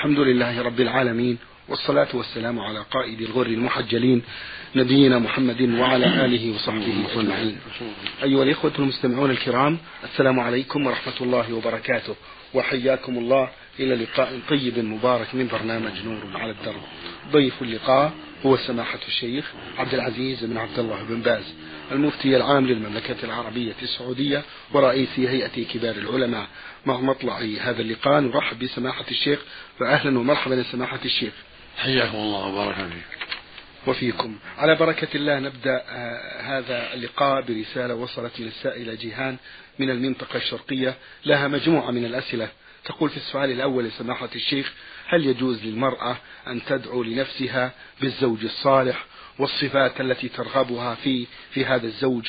الحمد لله رب العالمين، والصلاة والسلام على قائد الغر المحجلين نبينا محمد وعلى آله وصحبه أجمعين. أيها الإخوة المستمعون الكرام، السلام عليكم ورحمة الله وبركاته، وحياكم الله إلى لقاء طيب مبارك من برنامج نور على الدرب. ضيف اللقاء هو سماحة الشيخ عبد العزيز بن عبد الله بن باز، المفتي العام للمملكة العربية السعودية ورئيس هيئة كبار العلماء. مع مطلع هذا اللقاء نرحب بسماحة الشيخ، فأهلا ومرحبا سماحة الشيخ. حياكم الله وبارك فيك. وفيكم. على بركة الله نبدأ هذا اللقاء برسالة وصلت من السائلة جيهان من المنطقة الشرقية، لها مجموعة من الأسئلة. تقول في السؤال الأول لسماحة الشيخ: هل يجوز للمرأة أن تدعو لنفسها بالزوج الصالح والصفات التي ترغبها في هذا الزوج؟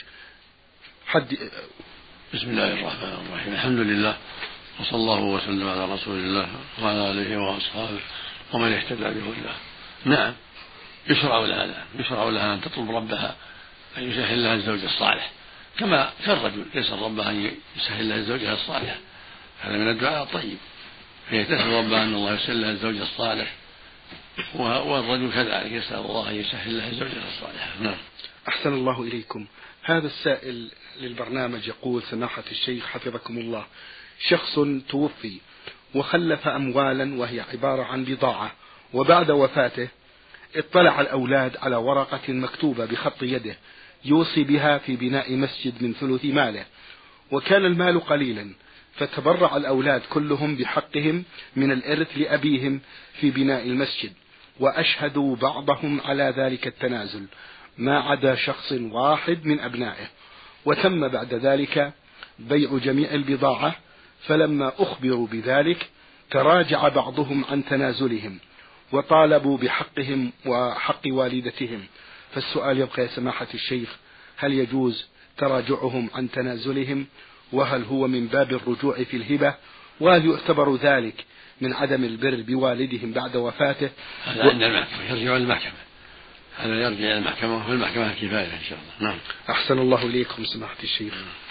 بسم الله الرحمن الرحيم، الحمد لله، وصلى الله وسلم على رسول الله وعلى آله وأصحابه ومن اهتدى بهداه. نعم، يشرع لها أن تطلب ربها أن يسهل لها الزوج الصالح، كما كالرجل يسأل ربها أن يسهل لها زوجها الصالح، هذا من الدعاء الطيب، فهي تسأل ربها أن الله يسهل لها الزوج الصالح، والرجل كذلك يسأل الله أن يسهل لها زوجها الصالح. نعم. أحسن الله إليكم. هذا السائل للبرنامج يقول: سماحة الشيخ حفظكم الله، شخص توفي وخلف أموالا وهي عبارة عن بضاعة، وبعد وفاته اطلع الأولاد على ورقة مكتوبة بخط يده يوصي بها في بناء مسجد من ثلث ماله، وكان المال قليلا، فتبرع الأولاد كلهم بحقهم من الإرث لأبيهم في بناء المسجد، وأشهدوا بعضهم على ذلك التنازل ما عدا شخص واحد من أبنائه، وتم بعد ذلك بيع جميع البضاعة. فلما أخبروا بذلك تراجع بعضهم عن تنازلهم وطالبوا بحقهم وحق والدتهم. فالسؤال يبقى يا سماحة الشيخ: هل يجوز تراجعهم عن تنازلهم؟ وهل هو من باب الرجوع في الهبة؟ وهل يعتبر ذلك من عدم البر بوالدهم بعد وفاته؟ هذا عند المحكمة، يرجع المحكمة، هذا يرجع إلى المحكمة، وفي المحكمة كفاية إن شاء الله. نعم. أحسن الله إليكم سماحة الشيخ.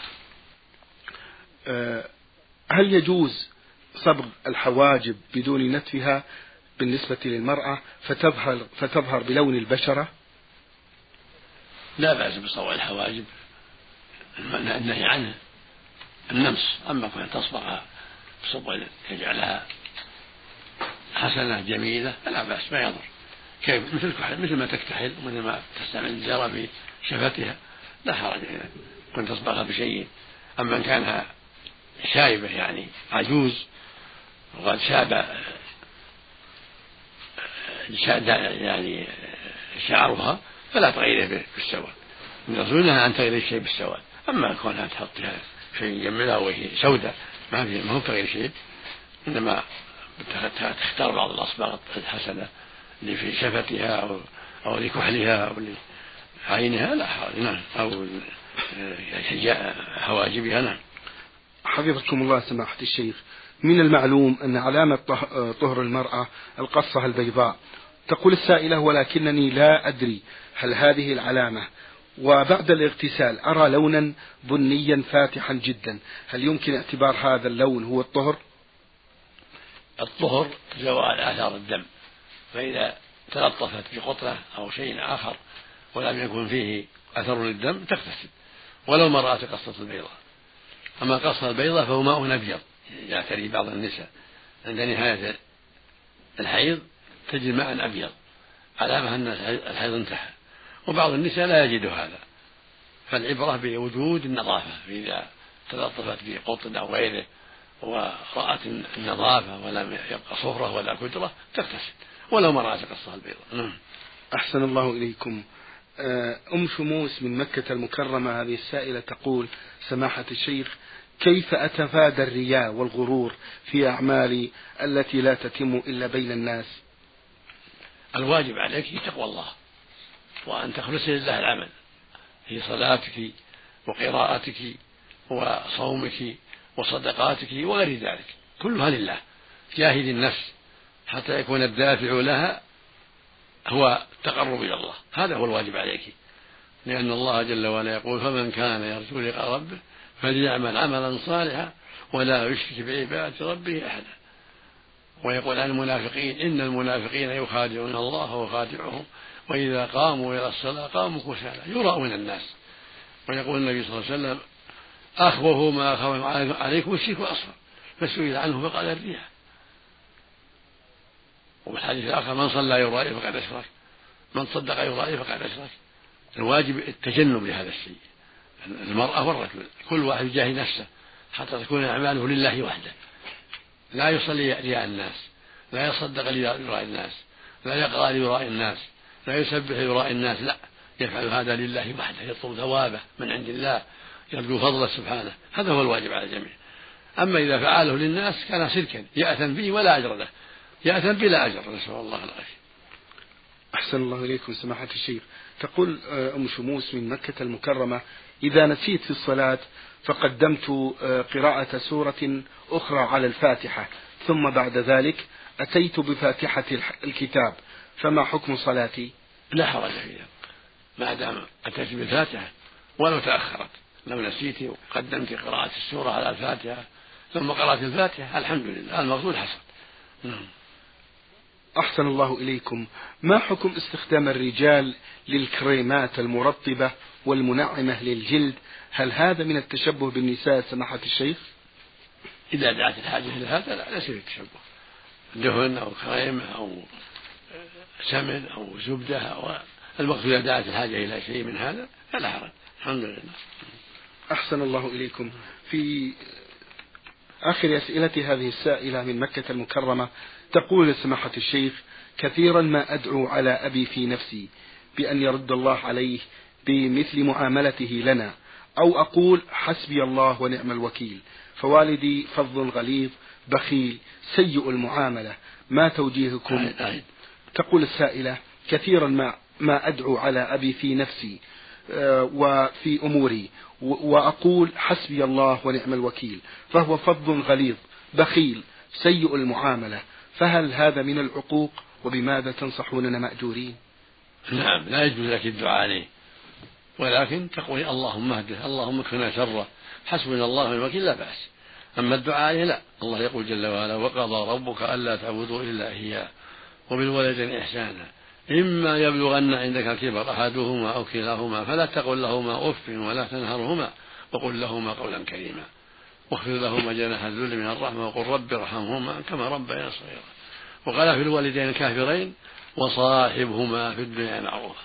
هل يجوز صبغ الحواجب بدون نتفها بالنسبة للمرأة فتظهر بلون البشرة؟ لا بأس بصبغ الحواجب، النهي عنه النمس، أما كون تصبغها بصبغ يجعلها حسنة جميلة فلا بأس، ما يضر، كيف مثل ما تكتحل ومثل ما تستعمل الجرة في شفتها لا حرج كنت تصبغها بشيء. أما إن كانها شايبة يعني عجوز وقد شاب يعني شعرها فلا تغيره بالسواد، من رسولنا أن تغير الشيء بالسواد. أما كونها تحطها شيء يجملها وهي سوداء ما هو تغير شيء، إنما تختار بعض الأصباغ الحسنة اللي في شفتها أو لكحلها أو لعينها لا حرج. نعم. أو حواجبها. نعم. حفظكم الله سماحة الشيخ، من المعلوم أن علامة طهر المرأة القصة البيضاء. تقول السائلة: ولكنني لا أدري هل هذه العلامة وبعد الاغتسال أرى لونا بنيا فاتحا جدا، هل يمكن اعتبار هذا اللون هو الطهر؟ الطهر زوال آثار الدم، فإذا تلطفت بقطرة أو شيء آخر ولم يكن فيه أثر للدم تغتسل، ولو ما رأت قصة البيضاء. أما قصة البيضاء فهو ماء أبيض يعتري بعض النساء عند نهاية الحيض تجد ماء أبيض علامة أن الحيض انتهى، وبعض النساء لا يجد هذا، فالعبرة بوجود النظافة، فإذا تلطفت بقطن أو غيره ورأت النظافة ولم يبقى صفرة ولا كدرة تغتسل ولو ما رأت قصة البيضاء. أحسن الله إليكم. أم شموس من مكة المكرمة هذه السائلة تقول: سماحة الشيخ، كيف أتفادى الرياء والغرور في أعمالي التي لا تتم إلا بين الناس؟ الواجب عليك تقوى الله، وأن تخلصي لله العمل في صلاتك وقراءتك وصومك وصدقاتك وغير ذلك، كلها لله. جاهد النفس حتى يكون الدافع لها هو التقرب إلى الله، هذا هو الواجب عليك، لأن الله جل وعلا يقول: فمن كان يرجو لقاء ربه فليعمل عملا صالحا ولا يشرك بعبادة ربه أحدا. ويقول عن المنافقين إن المنافقين يخادعون الله وخادعهم وإذا قاموا إلى الصلاة قاموا كسالى يراؤون الناس. ويقول النبي صلى الله عليه وسلم أخوف ما أخاف عليكم الشرك الأصغر فسئل عنه فقال الرياء. وفي الحديث الآخر من صلى يرائي فقد أشرك من صدق يرائي فقد أشرك. الواجب التجنب لهذا الشيء. المرأة والرجل كل واحد يجاهد نفسه حتى تكون أعماله لله وحده، لا يصلي رياء الناس، لا يصدق ليراء الناس، لا يقرأ ليراء الناس، لا يسبح ليراء الناس، لا يفعل هذا لله وحده يطلب ثوابه من عند الله يرجو فضله سبحانه. هذا هو الواجب على الجميع. أما إذا فعله للناس كان شركا يأثم به ولا أجر له، يأثم بلا أجر، نسأل الله العافية. أحسن الله إليكم سماحة الشيخ. تقول أم شموس من مكة المكرمة إذا نسيت في الصلاة فقدمت قراءة سورة أخرى على الفاتحة ثم بعد ذلك أتيت بفاتحة الكتاب فما حكم صلاتي؟ لا حرج فيها ما دام أتيت بالفاتحة ولو تأخرت. لو نسيت وقدمت قراءة السورة على الفاتحة ثم قرأت الفاتحة الحمد لله المقصود حصل. أحسن الله إليكم. ما حكم استخدام الرجال للكريمات المرطبة والمنعمة للجلد؟ هل هذا من التشبه بالنساء سماحة الشيخ؟ إذا دعت الحاجة إلى هذا لا ليس التشبه. دهن أو كريمة أو سمن أو زبدة أو المقصود إذا دعت الحاجة إلى شيء من هذا فلا حرج الحمد لله. أحسن الله إليكم. في آخر أسئلة هذه السائلة من مكة المكرمة تقول سماحة الشيخ كثيرا ما أدعو على أبي في نفسي بأن يرد الله عليه بمثل معاملته لنا، أو أقول حسبي الله ونعم الوكيل، فوالدي فظ غليظ بخيل سيء المعاملة، ما توجيهكم؟ تقول السائلة كثيرا ما أدعو على أبي في نفسي وفي أموري وأقول حسبي الله ونعم الوكيل، فهو فظ غليظ بخيل سيء المعاملة، فهل هذا من العقوق؟ وبماذا تنصحوننا مأجورين؟ نعم لا يجوز لك الدعاء عليه، ولكن تقول اللهم اهده اللهم اكفنا شره حسبنا الله ونعم الوكيل لا بأس. أما الدعاء عليه لا، الله يقول جل وعلا وقضى ربك ألا تعبدوا إلا إياه وبالوالدين إحسانا إما يبلغن عندك الكبر أحدهما أو كلاهما فلا تقل لهما أف ولا تنهرهما وقل لهما قولا كريما واخفض لهما جناح الذل من الرحمة وقل رب ارحمهما كما ربياني صغيرا. وقال في الوالدين الكافرين وصاحبهما في الدنيا معروفا،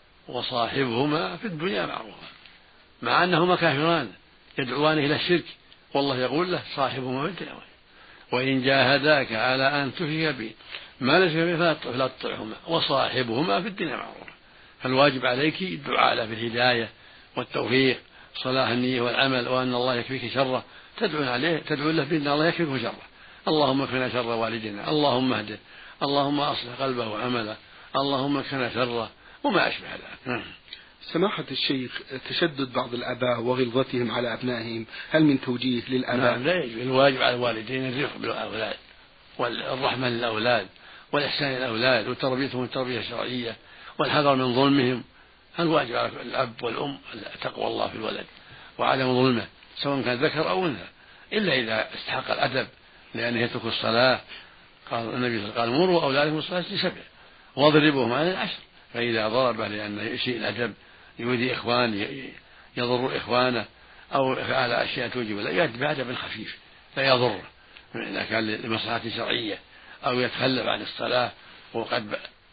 وصاحبهما في الدنيا معروفا، مع أنهما كافران يدعوان إلى الشرك والله يقول له صاحبهما في الدنيا، وإن جاهداك على أن تشرك بي ما ليس به فلا تطعهما وصاحبهما في الدنيا معروفا. فالواجب عليك الدعاء له بالهداية والتوفيق صلاح النية والعمل وأن الله يكفيك شره، تدعو له بأن الله يكفيك شره. اللهم اكفنا شر والدنا اللهم اهده اللهم أصلح قلبه وعمله اللهم اكفنا شره وما أشبه ذلك. سماحة الشيخ تشدد بعض الآباء وغلظتهم على أبنائهم هل من توجيه للآباء؟ نعم لا يجوز. الواجب على الوالدين الرفق بالأولاد والرحمة للأولاد والإحسان للأولاد وتربيتهم التربية الشرعية والحذر من ظلمهم. الواجب على الأب والأم تقوى الله في الولد وعدم ظلمه سواء كان ذكر أو أنثى إلا إذا استحق الأدب لأنه يترك الصلاة. قال النبي قال مروا أولادكم الصلاة ل7 واضربوهم على 10. فإذا ضربه لأنه يسيء الأدب يؤذي إخوانه يضر إخوانه أو فعل أشياء توجب لا يأتي بأدب خفيف لا يضره إذا كان لمصلحة شرعية أو يتخلف عن الصلاة وقد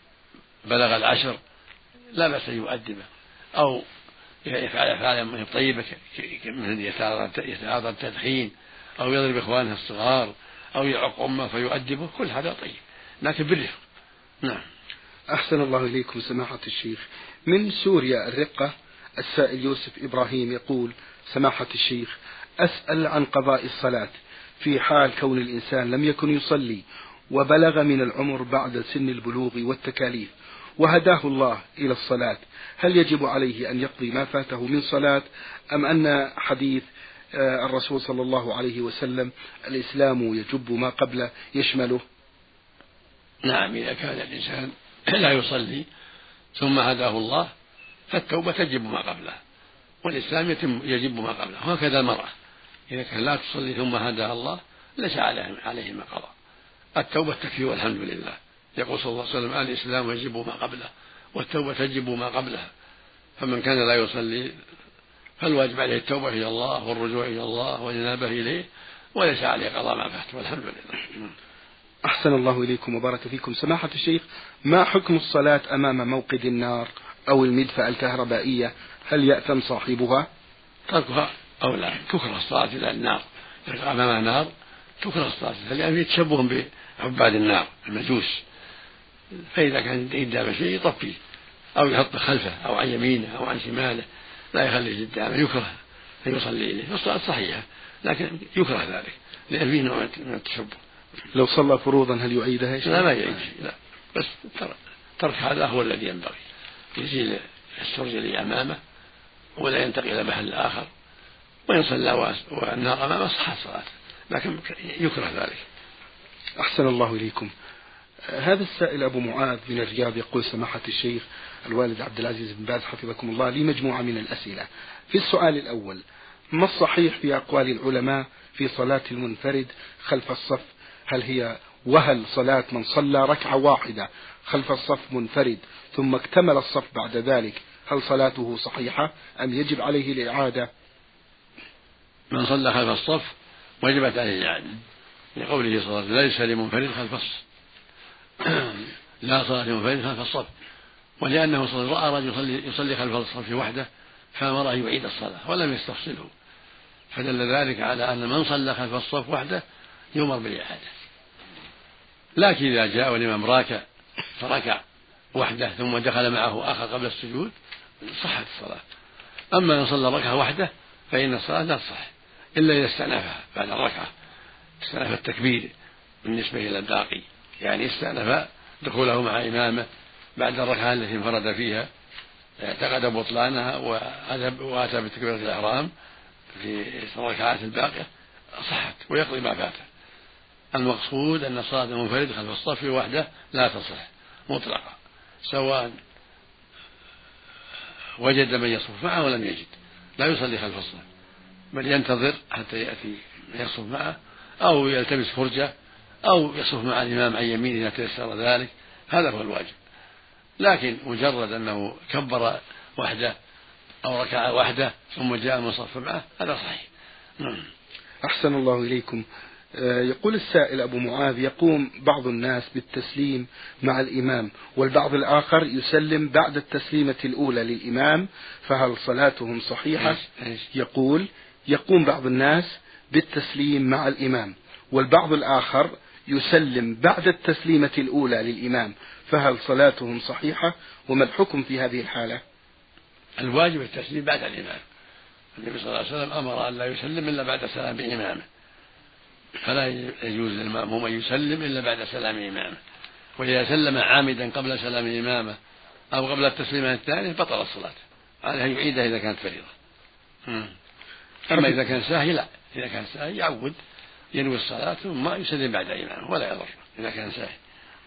بلغ 10 لا بأس يؤدبه أو يفعل أفعالا طيبة مثل يتعاطى التدخين أو يضرب إخوانه الصغار أو يعق أمه فيؤدبه كل هذا طيب لكن بالرفق. نعم. أحسن الله إليكم سماحة الشيخ. من سوريا الرقة السائل يوسف إبراهيم يقول سماحة الشيخ أسأل عن قضاء الصلاة في حال كون الإنسان لم يكن يصلي وبلغ من العمر بعد سن البلوغ والتكاليف وهداه الله إلى الصلاة، هل يجب عليه أن يقضي ما فاته من صلاة أم أن حديث الرسول صلى الله عليه وسلم الإسلام يجب ما قبله يشمله؟ نعم إذا كان الإنسان لا يصلي ثم هداه الله فالتوبة تجب ما قبله والإسلام يجب ما قبله. وهكذا المرأة إذا كان لا تصلي ثم هداها الله ليس عليهما قضاء. التوبة تكفي والحمد لله. يقول صلى الله عليه وسلم: الإسلام يجب ما قبله والتوبة تجب ما قبلها. فمن كان لا يصلي فالواجب عليه التوبة إلى الله والرجوع إلى الله والإنابة إليه، وليس عليه قضاء ما فات والحمد لله. أحسن الله إليكم وبارك فيكم. سماحة الشيخ، ما حكم الصلاة أمام موقد النار أو المدفأة الكهربائية؟ هل يأثم صاحبها؟ تركها أو لا، تكره الصلاة إلى النار، أمام النار تكره الصلاة، لأن فيه تشبه بعباد النار المجوس. فإذا كان قدام شيء يطفيه أو يحط خلفه أو عن يمينه أو عن شماله، لا يخليه قدامه، يكره أن يصلي إليه. الصلاة صحيحة لكن يكره ذلك لأن فيه نوع من التشبه. لو صلى فروضا هل يعيدها؟ لا ما يعيد، لا، بس ترك هذا هو الذي ينبغي. يزيل السرج اللي أمامه ولا ينتقل إلى محل آخر، وإن صلى والنار أمامه صحت صلاته، لكن يكره ذلك. أحسن الله إليكم. هذا السائل أبو معاذ من الرياض يقول: سماحة الشيخ الوالد عبد العزيز بن باز حفظكم الله لي مجموعة من الأسئلة. في السؤال الأول: ما الصحيح في أقوال العلماء في صلاة المنفرد خلف الصف؟ وهل صلاة من صلى ركعة واحدة خلف الصف منفرد ثم اكتمل الصف بعد ذلك هل صلاته صحيحة أم يجب عليه الإعادة؟ من صلى خلف الصف وجبت عليه الإعادة، لقوله صلى الله عليه وسلم: ليس لمنفرد خلف الصف، لا صلاة لمنفرد خلف الصف. ولأنه صلى الله عليه وسلم رأى رجل يصلي خلف الصف وحده فأمره يعيد الصلاة ولم يستفصله، فدل ذلك على أن من صلى خلف الصف وحده يؤمر بالإعادة. لكن إذا جاء والإمام راكع فركع وحده ثم دخل معه آخر قبل السجود صحت الصلاة. أما إن صلى ركعة وحده فإن الصلاة لا تصح إلا إذا استأنفها بعد الركعة، استأنف التكبير بالنسبة إلى الباقي، يعني استأنف دخوله مع إمامه بعد الركعة التي انفرد فيها، اعتقد بطلانها وأتى بتكبيرة الإحرام في الركعات الباقية صحت ويقضي ما فاته. المقصود أن صلاة المنفرد خلف الصف وحده لا تصح مطلقا، سواء وجد من يصف معه ولم يجد، لا يصلي خلف الصف بل ينتظر حتى يأتي من يصف معه، أو يلتمس فرجة، أو يصف مع الإمام عن يمينه إذا تيسر ذلك، هذا هو الواجب. لكن مجرد أنه كبر وحده أو ركع وحده ثم جاء من صف معه هذا صحيح. أحسن الله إليكم. يقول السائل أبو معاذ: يقوم بعض الناس بالتسليم مع الإمام والبعض الآخر يسلم بعد التسليمة الأولى للإمام، فهل صلاتهم صحيحة؟ يقول: يقوم بعض الناس بالتسليم مع الإمام والبعض الآخر يسلم بعد التسليمة الأولى للإمام، فهل صلاتهم صحيحة؟ وما الحكم في هذه الحالة؟ الواجب التسليم بعد الإمام. النبي صلى الله عليه وسلم أمر أن لا يسلم إلا بعد سلام إمامه، فلا يجوز للمأموم أن يسلم إلا بعد سلام إمامه، وإذا سلم عامدا قبل سلام إمامه أو قبل التسليمة الثانية بطل الصلاة، عليه أن يعيدها إذا كانت فريضة. أما إذا كان ساهي لا، إذا كان ساهي يعود ينوي الصلاة ثم يسلم بعد إمامه ولا يضر إذا كان ساهي.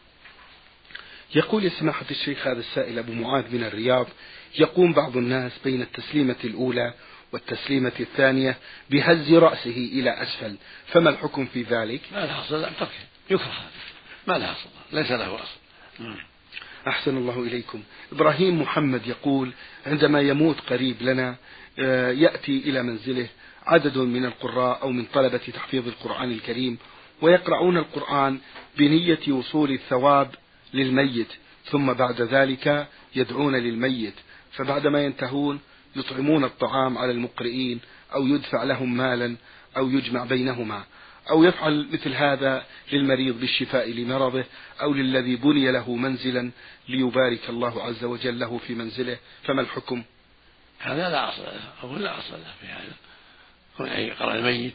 يقول: يا سماحة الشيخ هذا السائل أبو معاذ من الرياض: يقوم بعض الناس بين التسليمة الأولى والتسليمة الثانية بهز رأسه إلى أسفل، فما الحكم في ذلك؟ ما لها أصل، تركه يكره، ما لها أصل، ليس له أصل. أحسن الله إليكم. إبراهيم محمد يقول: عندما يموت قريب لنا يأتي إلى منزله عدد من القراء أو من طلبة تحفيظ القرآن الكريم ويقرؤون القرآن بنية وصول الثواب للميت، ثم بعد ذلك يدعون للميت، فبعدما ينتهون يطعمون الطعام على المقرئين أو يدفع لهم مالا أو يجمع بينهما، أو يفعل مثل هذا للمريض بالشفاء لمرضه أو للذي بني له منزلا ليبارك الله عز وجل له في منزله، فما الحكم؟ هذا لا أصل له، أو لا أصل له في هذا، كون يقرأ الميت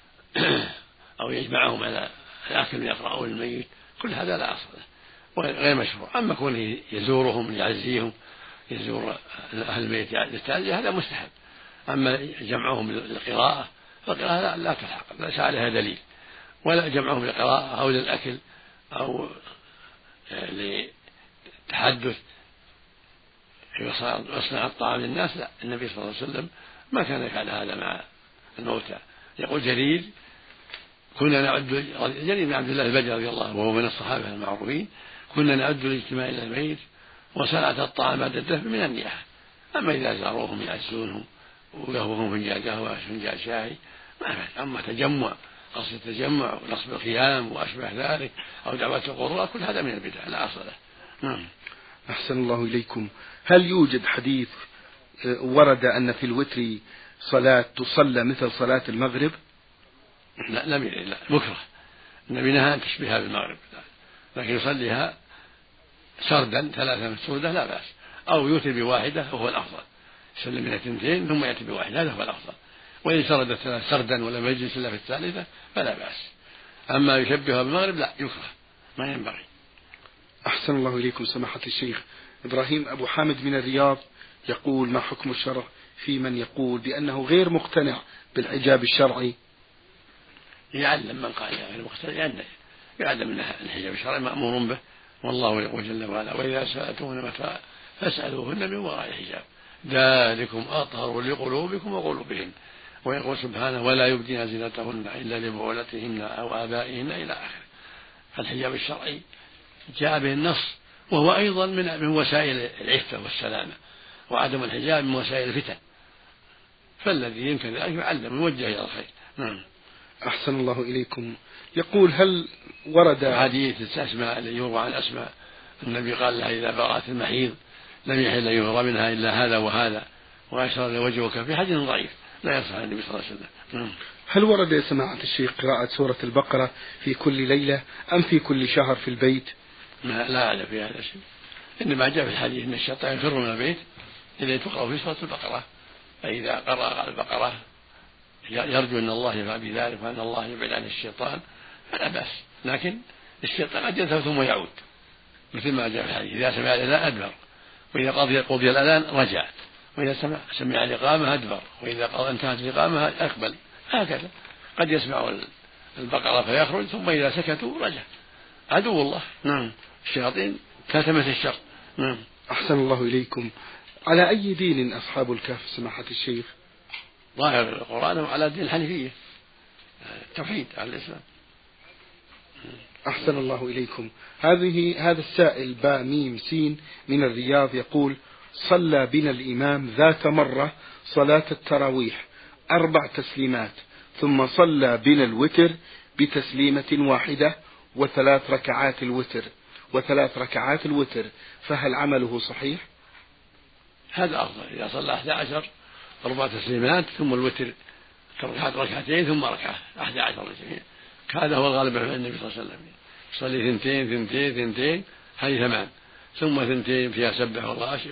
أو يجمعهم على الأكل يقرأون الميت، كل هذا لا أصل له غير مشروع. أما كونه يزورهم يعزيهم، يزور أهل الميت للتعزية هذا مستحب. أما جمعهم للقراءة فالقراءة لا تلحق، ليس عليها دليل، ولا جمعهم للقراءة أو للأكل أو لتحدث يصنع الطعام للناس، لا، النبي صلى الله عليه وسلم ما كان يفعل هذا مع الموتى. يقول جرير: كنا نعد جرير بن عبد الله البجلي رضي الله عنه وهو من الصحابة المعروفين كنا نعد الاجتماع إلى البيت وصنعة الطعام بعد الدفن من النياحة. أما إذا زاروهم يعزونهم ويهوهم فنجان قهوة فنجان شاي ما فعل. أما تجمع قصد التجمع ونصب الخيام وأشبه ذلك أو دعوة القراء كل هذا من البدع لا أصل له. أحسن الله إليكم. هل يوجد حديث ورد أن في الوتر صلاة تصلى مثل صلاة المغرب؟ لا لم يرد، لا مكره. النبي نهى أن تشبهها بالمغرب لكن يصليها سردا ثلاثة مسرودة لا بأس، أو يوتر بواحدة وهو الأفضل، يسلم من اثنتين ثم يأتي بواحدة هذا هو الأفضل. وإن سردت سردا ولم يجلس إلا في الثالثة فلا بأس. أما يشبهها بالمغرب لا يكره ما ينبغي. أحسن الله إليكم سماحة الشيخ. إبراهيم أبو حامد من الرياض يقول: ما حكم الشرع في من يقول بأنه غير مقتنع بالحجاب الشرعي؟ يعلم من قال غير مقتنع يعلم أن الحجاب الشرعي مأمور به والله يقول جل وعلا: وإذا سألتموهن متاعا فاسألوهن من وراء الحجاب ذلكم أطهر لقلوبكم وقلوبهن. ويقول سبحانه: ولا يبدين زينتهن إلا لبعولتهن أو آبائهن إلى آخره. فالحجاب الشرعي جاء به النص وهو أيضا من وسائل العفة والسلامة، وعدم الحجاب من وسائل الفتن، فالذي يمكن ذلك يعلم ويوجه إلى الخير. نعم. أحسن الله إليكم. يقول: هل ورد حديث أسماء اللي يروى عن أسماء النبي قال لها إذا برأت المحيض لم يحل يهرى منها إلا هذا وهذا وأشار لوجهك في حديث ضعيف لا يصح عن النبي صلى الله عليه وسلم. هل ورد يا سماحة الشيخ قراءة سورة البقرة في كل ليلة أم في كل شهر في البيت؟ لا أعلم في هذا الشيء، إنما جاء في الحديث أن الشيطان يفر من البيت إذا تقرأ في سورة البقرة، فإذا قرأ البقرة يرجو أن الله يفعل بذلك وأن الله يبعد عن الشيطان فلا بأس، لكن الشيطان قد يذهب ثم يعود مثل ما جاء في الحديث: إذا سمع الأذان أدبر، وإذا قضي الأذان رجع، وإذا سمع الإقامة أدبر، وإذا انتهت الإقامة أقبل، هكذا. قد يسمع البقرة فيخرج ثم إذا سكتوا رجع. عدو الله. نعم. الشياطين كاتمة الشر. نعم. أحسن الله إليكم. على أي دين أصحاب الكهف سماحة الشيخ؟ ظاهر القرآن على دين الحنيفية، التوحيد على الإسلام. أحسن الله إليكم. هذا السائل باء ميم سين من الرياض يقول: صلى بنا الإمام ذات مرة صلاة التراويح 4 تسليمات، ثم صلى بنا الوتر بتسليمة واحدة و3 ركعات الوتر، فهل عمله صحيح؟ هذا أفضل. إذا صلى 11 4 تسليمات ثم الوتر ركعتين ثم ركعة 11 ركعة، هذا هو الغالب عن النبي صلى الله عليه وسلم. يصلي 2 هذه 8، ثم 2 فيها سبح والغاشي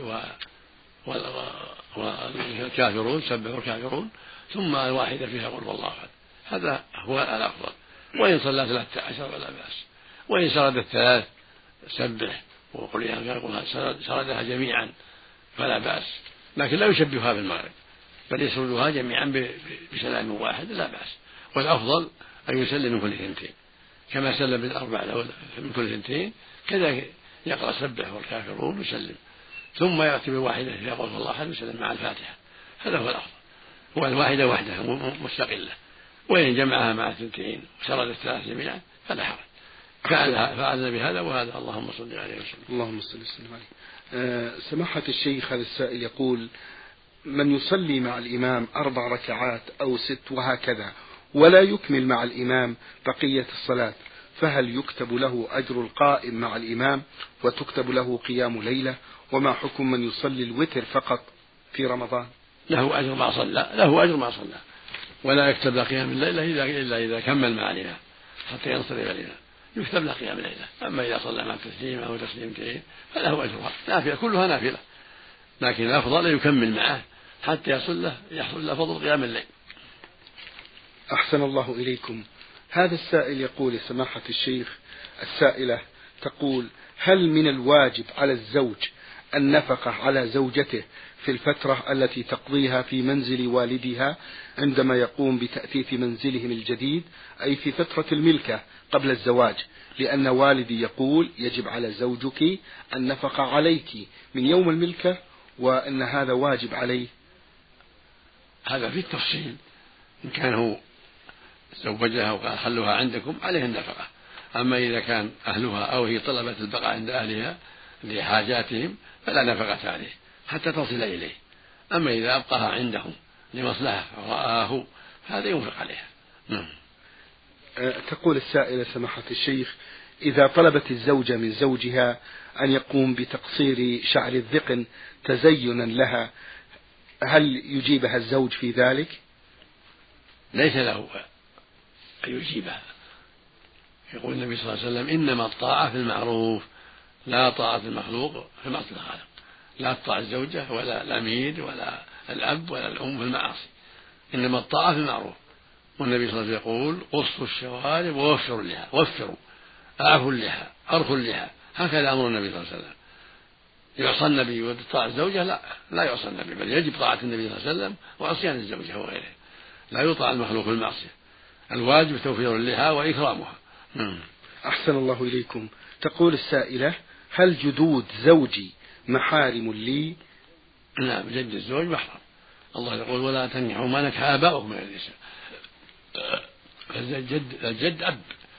والكافرون سبح والكافرون، ثم الواحدة فيها قل والله أحد. هذا هو الأفضل. وإن صلى 13 فلا بأس، وإن سردت 3 سبح وقل يا سردها جميعا فلا بأس، لكن لا يشبهها بالمغرب بل يسردها جميعا بسلام واحد لا بأس. والأفضل أن يسلم من كل 2 كما سلم بالأربع من كل 2 كذا يقرأ سبح والكافرون ويسلم، ثم يأتي بالواحدة يقول والله أحد ويسلم مع الفاتحة. هذا هو الأفضل. والواحدة وحدها مستقلة، وإن جمعها مع 2 وسرد 3 جميعا فلا حرج. فعلنا بهذا وهذا. اللهم صل عليه وسلم. اللهم صل وسلم عليه. سماحة الشيخ هذا السائل يقول: من يصلي مع الإمام 4 ركعات أو 6 وهكذا ولا يكمل مع الإمام بقية الصلاة، فهل يكتب له أجر القائم مع الإمام وتكتب له قيام ليلة؟ وما حكم من يصلي الوتر فقط في رمضان؟ له أجر ما صلى ولا يكتب له قيام الليلة إلا إذا كمل مع الإمام حتى ينصرف الإمام يكتب له قيام الليلة. أما إذا صلى مع تسليمة أو تسليمتين فله أجرها نافلة، كلها نافلة، لكن الأفضل يكمل معه حتى يحصل له فضل قيام الليل. أحسن الله إليكم. هذا السائل يقول: سماحة الشيخ، السائلة تقول: هل من الواجب على الزوج النفقة على زوجته في الفترة التي تقضيها في منزل والدها عندما يقوم بتأثيث منزلهم الجديد، أي في فترة الملكة قبل الزواج؟ لأن والدي يقول يجب على زوجك النفقة عليك من يوم الملكة وأن هذا واجب عليه. هذا في التفصيل، إن كان هو زوجها وقال خلوها عندكم عليه النفقة. أما إذا كان أهلها أو هي طلبت البقاء عند أهلها لحاجاتهم فلا نفقة عليه حتى تصل إليه. أما إذا أبقاها عندهم لمصلحة رآه هذا ينفق عليها. تقول السائلة سماحة الشيخ: إذا طلبت الزوجة من زوجها أن يقوم بتقصير شعر الذقن تزينا لها، هل يجيبها الزوج في ذلك؟ ليس له أن يجيبها. يقول النبي صلى الله عليه وسلم: إنما الطاعة في المعروف لا طاعة المخلوق في معصية الخالق. لا تطاع الزوجة ولا الأمير ولا الأب ولا الأم في المعاصي، إنما الطاعة في المعروف. والنبي صلى الله عليه وسلم يقول: قصوا الشوارب ووفروا اللحى، وفروا، أعفوا اللحى، أرخوا اللحى. هكذا أمر النبي صلى الله عليه وسلم. يعصى النبي وتطاع الزوجة؟ لا يعصى النبي، بل يجب طاعة النبي صلى الله عليه وسلم وعصيان الزوجة وغيره. لا يطاع المخلوق في المعصية، الواجب توفير اللحى وإكرامها. أحسن الله إليكم. تقول السائلة: هل جدود زوجي محارم لي؟ نعم، جد الزوج محرم. الله يقول: ولا تنكحوا ما نكح آباؤكم من النساء. الجد أب،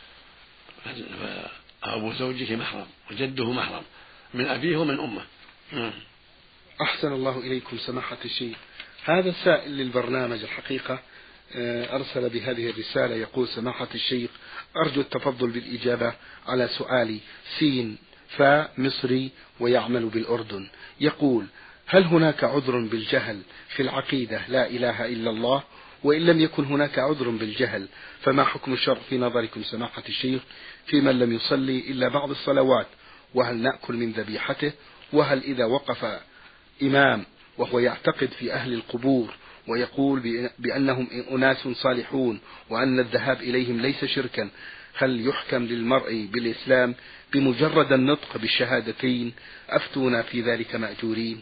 أبو زوجك محرم وجده محرم من أبيه ومن أمه. أحسن الله إليكم سماحة الشيخ. هذا السائل للبرنامج الحقيقة أرسل بهذه الرسالة يقول: سماحة الشيخ، أرجو التفضل بالإجابة على سؤالي. سين مصري ويعمل بالأردن. يقول: هل هناك عذر بالجهل في العقيدة لا إله إلا الله؟ وإن لم يكن هناك عذر بالجهل فما حكم الشرع في نظركم سماحة الشيخ في من لم يصلي إلا بعض الصلوات؟ وهل نأكل من ذبيحته؟ وهل إذا وقف إمام وهو يعتقد في أهل القبور ويقول بأنهم أناس صالحون وأن الذهاب إليهم ليس شركا، هل يحكم للمرء بالإسلام بمجرد النطق بالشهادتين؟ أفتونا في ذلك مأجورين.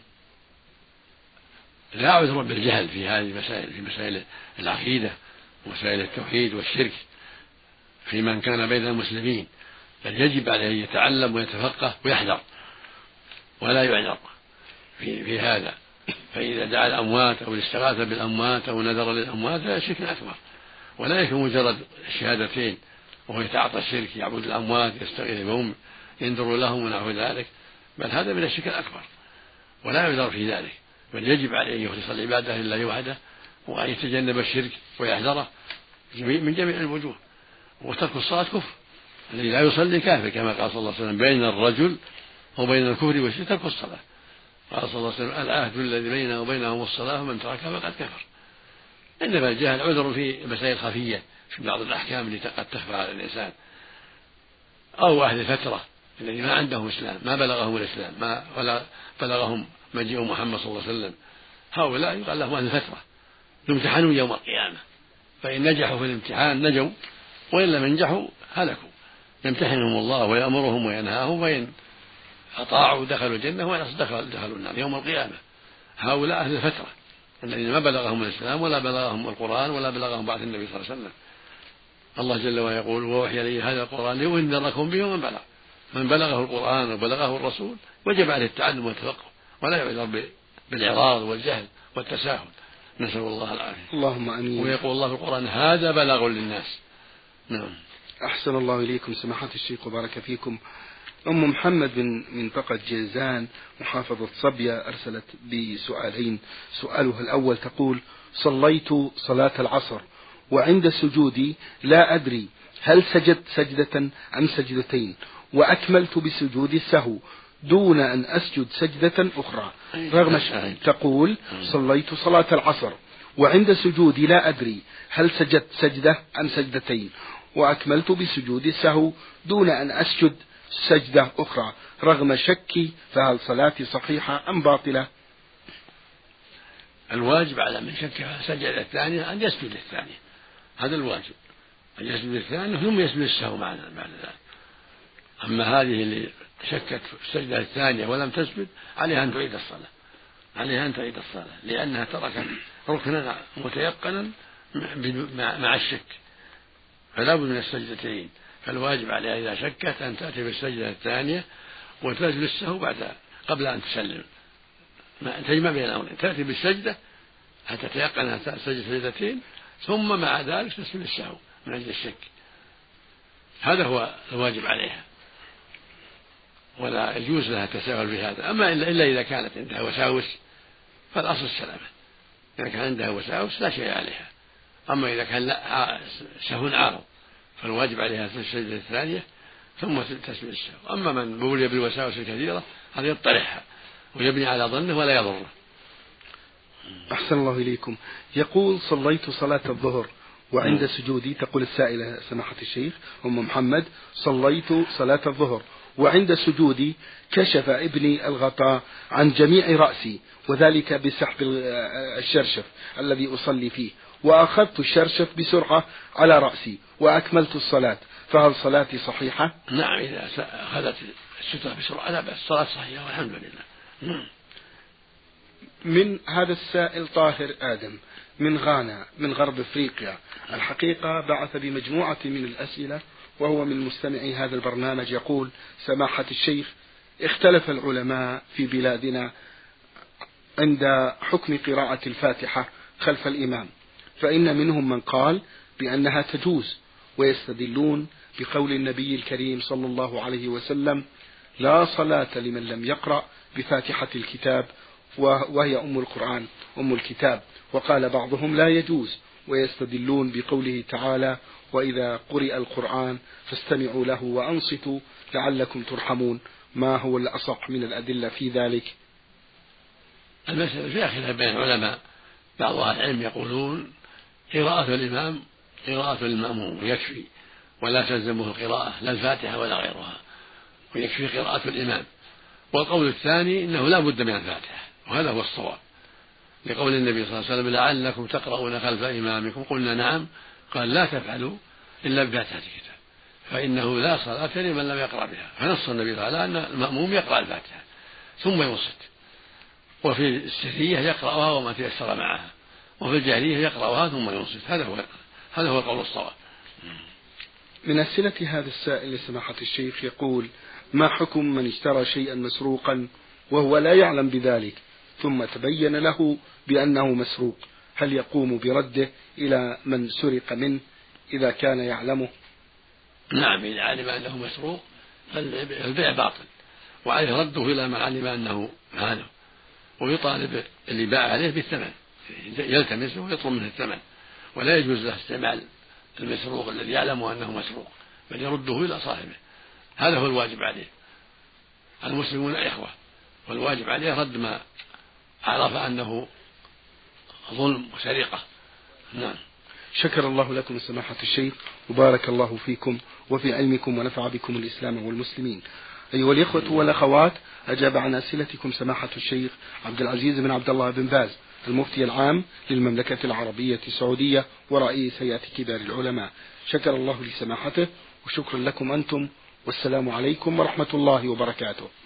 لا عذر بالجهل في هذه المسائل، في مسائل العقيدة ومسائل التوحيد والشرك في من كان بين المسلمين، بل يجب عليه أن يتعلم ويتفقه ويحذر ولا يعذر في هذا. فإذا دعا الأموات أو استغاث بالأموات أو نذر للأموات فهذا شرك أكبر، ولا يكفي مجرد الشهادتين وهو يتعاطى الشرك، يعبد الأموات، يستغيث بهم، ينذر لهم ونحو ذلك، بل هذا من الشرك الأكبر ولا يعذر في ذلك. بل يجب عليه أن يخلص العبادة لله وحده وأن يتجنب الشرك ويحذره من جميع الوجوه. وترك الصلاة كفر، الذي لا يصلي كافر، كما قال صلى الله عليه وسلم: بين الرجل وبين الكفر والشرك ترك الصلاة. قال صلى الله عليه وسلم: العهد الذي بيننا وبينهم الصلاة ومن تركها فقد كفر. إنما الجهل عذر في مسائل خفية، في بعض الأحكام التي قد تخفى على الإنسان، أو أهل الفترة الذي ما عندهم إسلام، ما بلغهم الإسلام، ولا بلغهم مجيء محمد صلى الله عليه وسلم، هؤلاء يقال لهم أهل الفترة، يمتحنون يوم القيامة، فإن نجحوا في الامتحان نجوا، وإن لم ينجحوا هلكوا. يمتحنهم الله ويأمرهم وينهاهم، فإن أطاعوا دخلوا الجنة وإن دخلوا النار يوم القيامة. هؤلاء أهل الفترة الذين ما بلغهم الإسلام ولا بلغهم القرآن ولا بلغهم بعث النبي صلى الله عليه وسلم. الله جل وعلا يقول: ووحي إلي هذا القرآن لأنذركم به ومن بلغ. من بلغه القرآن وبلغه الرسول وجب عليه التعلم والتفقه، ولا يعذر بالإعراض والجهل والتساهل. نسأل الله العافية. اللهم آمين. ويقول الله في القرآن: هذا بلاغ للناس. نعم. أحسن الله إليكم سماحة الشيخ وبارك فيكم. أم محمد من منطقة جيزان محافظة صبية أرسلت بسؤالين. سؤالها الأول تقول: صليت صلاة العصر وعند سجودي لا أدري هل سجدت سجدة أم سجدتين، وأكملت بسجود السهو دون أن أسجد سجدة أخرى رغم تقول: صليت صلاة العصر وعند سجودي لا أدري هل سجدت سجدة أم سجدتين، وأكملت بسجود السهو دون أن أسجد سجدة أخرى رغم شكي، فهل صلاتي صحيحة أم باطلة؟ الواجب على من شك سجد الثانية أن يسجد الثانية، هذا الواجب، أن يسجد الثانية ثم يسجد السهو بعد ذلك. أما هذه اللي شكت في السجدة الثانية ولم تسجد عليها أن تعيد الصلاة، لأنها تركت ركنا متيقنا مع الشك، فلا بد من السجدتين. فالواجب عليها إذا شكت أن تأتي بالسجدة الثانية وتسجد السهو قبل أن تسلم، تجمع بين الأمرين، تأتي بالسجدة حتى تيقن أن تسجد سجدتين ثم مع ذلك تسجد السهو من أجل الشك. هذا هو الواجب عليها، ولا يجوز لها التساهل بهذا. أما إلا إذا كانت عندها وساوس فالأصل السلامة. إذا كان عندها وساوس لا شيء عليها. أما إذا كان لا سهو عارض فالواجب عليها السجدة الثانية ثم تسجد السهو. أما من بولي بالوساوس الكثيرة هذا يطرحها ويبني على ظنه ولا يضره. أحسن الله إليكم. يقول: صليت صلاة الظهر وعند سجودي، تقول السائلة سماحة الشيخ أم محمد: صليت صلاة الظهر وعند سجودي كشف ابني الغطاء عن جميع رأسي، وذلك بسحب الشرشف الذي أصلي فيه، وأخذت الشرشف بسرعة على رأسي وأكملت الصلاة، فهل صلاتي صحيحة؟ نعم، إذا أخذت السترة بسرعة لا بأس، الصلاة صحيحة والحمد لله. من هذا السائل طاهر آدم من غانا من غرب أفريقيا، الحقيقة بعث بمجموعة من الأسئلة وهو من مستمعي هذا البرنامج. يقول: سماحة الشيخ، اختلف العلماء في بلادنا عند حكم قراءة الفاتحة خلف الإمام، فإن منهم من قال بأنها تجوز، ويستدلون بقول النبي الكريم صلى الله عليه وسلم: لا صلاة لمن لم يقرأ بفاتحة الكتاب، وهي أم القرآن أم الكتاب. وقال بعضهم لا يجوز، ويستدلون بقوله تعالى: وإذا قرئ القرآن فاستمعوا له وأنصتوا لعلكم ترحمون. ما هو الأصح من الأدلة في ذلك؟ المسألة فيها خلاف بين العلماء. بعض أهل العلم يقولون قراءة الإمام قراءة المأموم يكفي، ولا تلزمه القراءة لا الفاتحة ولا غيرها، ويكفي قراءة الإمام. والقول الثاني إنه لا بد من الفاتحة، وهذا هو الصواب، لقول النبي صلى الله عليه وسلم: لعلكم تقرؤون خلف إمامكم. قلنا نعم. قال: لا تفعلوا إلا بفاتحة الكتاب، فإنه لا صلاة لمن لم يقرأ بها. فنص النبي تعالى أن المأموم يقرأ الفاتحة ثم ينصت، وفي السرية يقرأها وما تيسر معها، وفي الجاهلية يقرأها ثم ينصت. هذا هو القول الصواب. من أسئلة هذا السائل لسماحة الشيخ يقول: ما حكم من اشترى شيئا مسروقا وهو لا يعلم بذلك ثم تبين له بأنه مسروق؟ هل يقوم برده إلى من سرق منه إذا كان يعلمه؟ نعم، إذا علم أنه مسروق فالبيع باطل، وعليه رده إلى من علم أنه ماله، ويطالب اللي باع عليه بالثمن، يلتمسه ويطلب منه الثمن، ولا يجوز له استعمال المسروق الذي يعلم أنه مسروق، بل يرده إلى صاحبه. هذا هو الواجب عليه. المسلمون إخوة، والواجب عليه رد ما عرف أنه ظلم وسرقة. نعم. شكر الله لكم سماحة الشيخ، وبارك الله فيكم وفي علمكم ونفع بكم الإسلام والمسلمين. أيها الإخوة والأخوات، أجاب عن أسئلتكم سماحة الشيخ عبد العزيز بن عبد الله بن باز، المفتي العام للمملكة العربية السعودية ورئيس هيئة كبار العلماء. شكر الله لسماحته، وشكرا لكم أنتم، والسلام عليكم ورحمة الله وبركاته.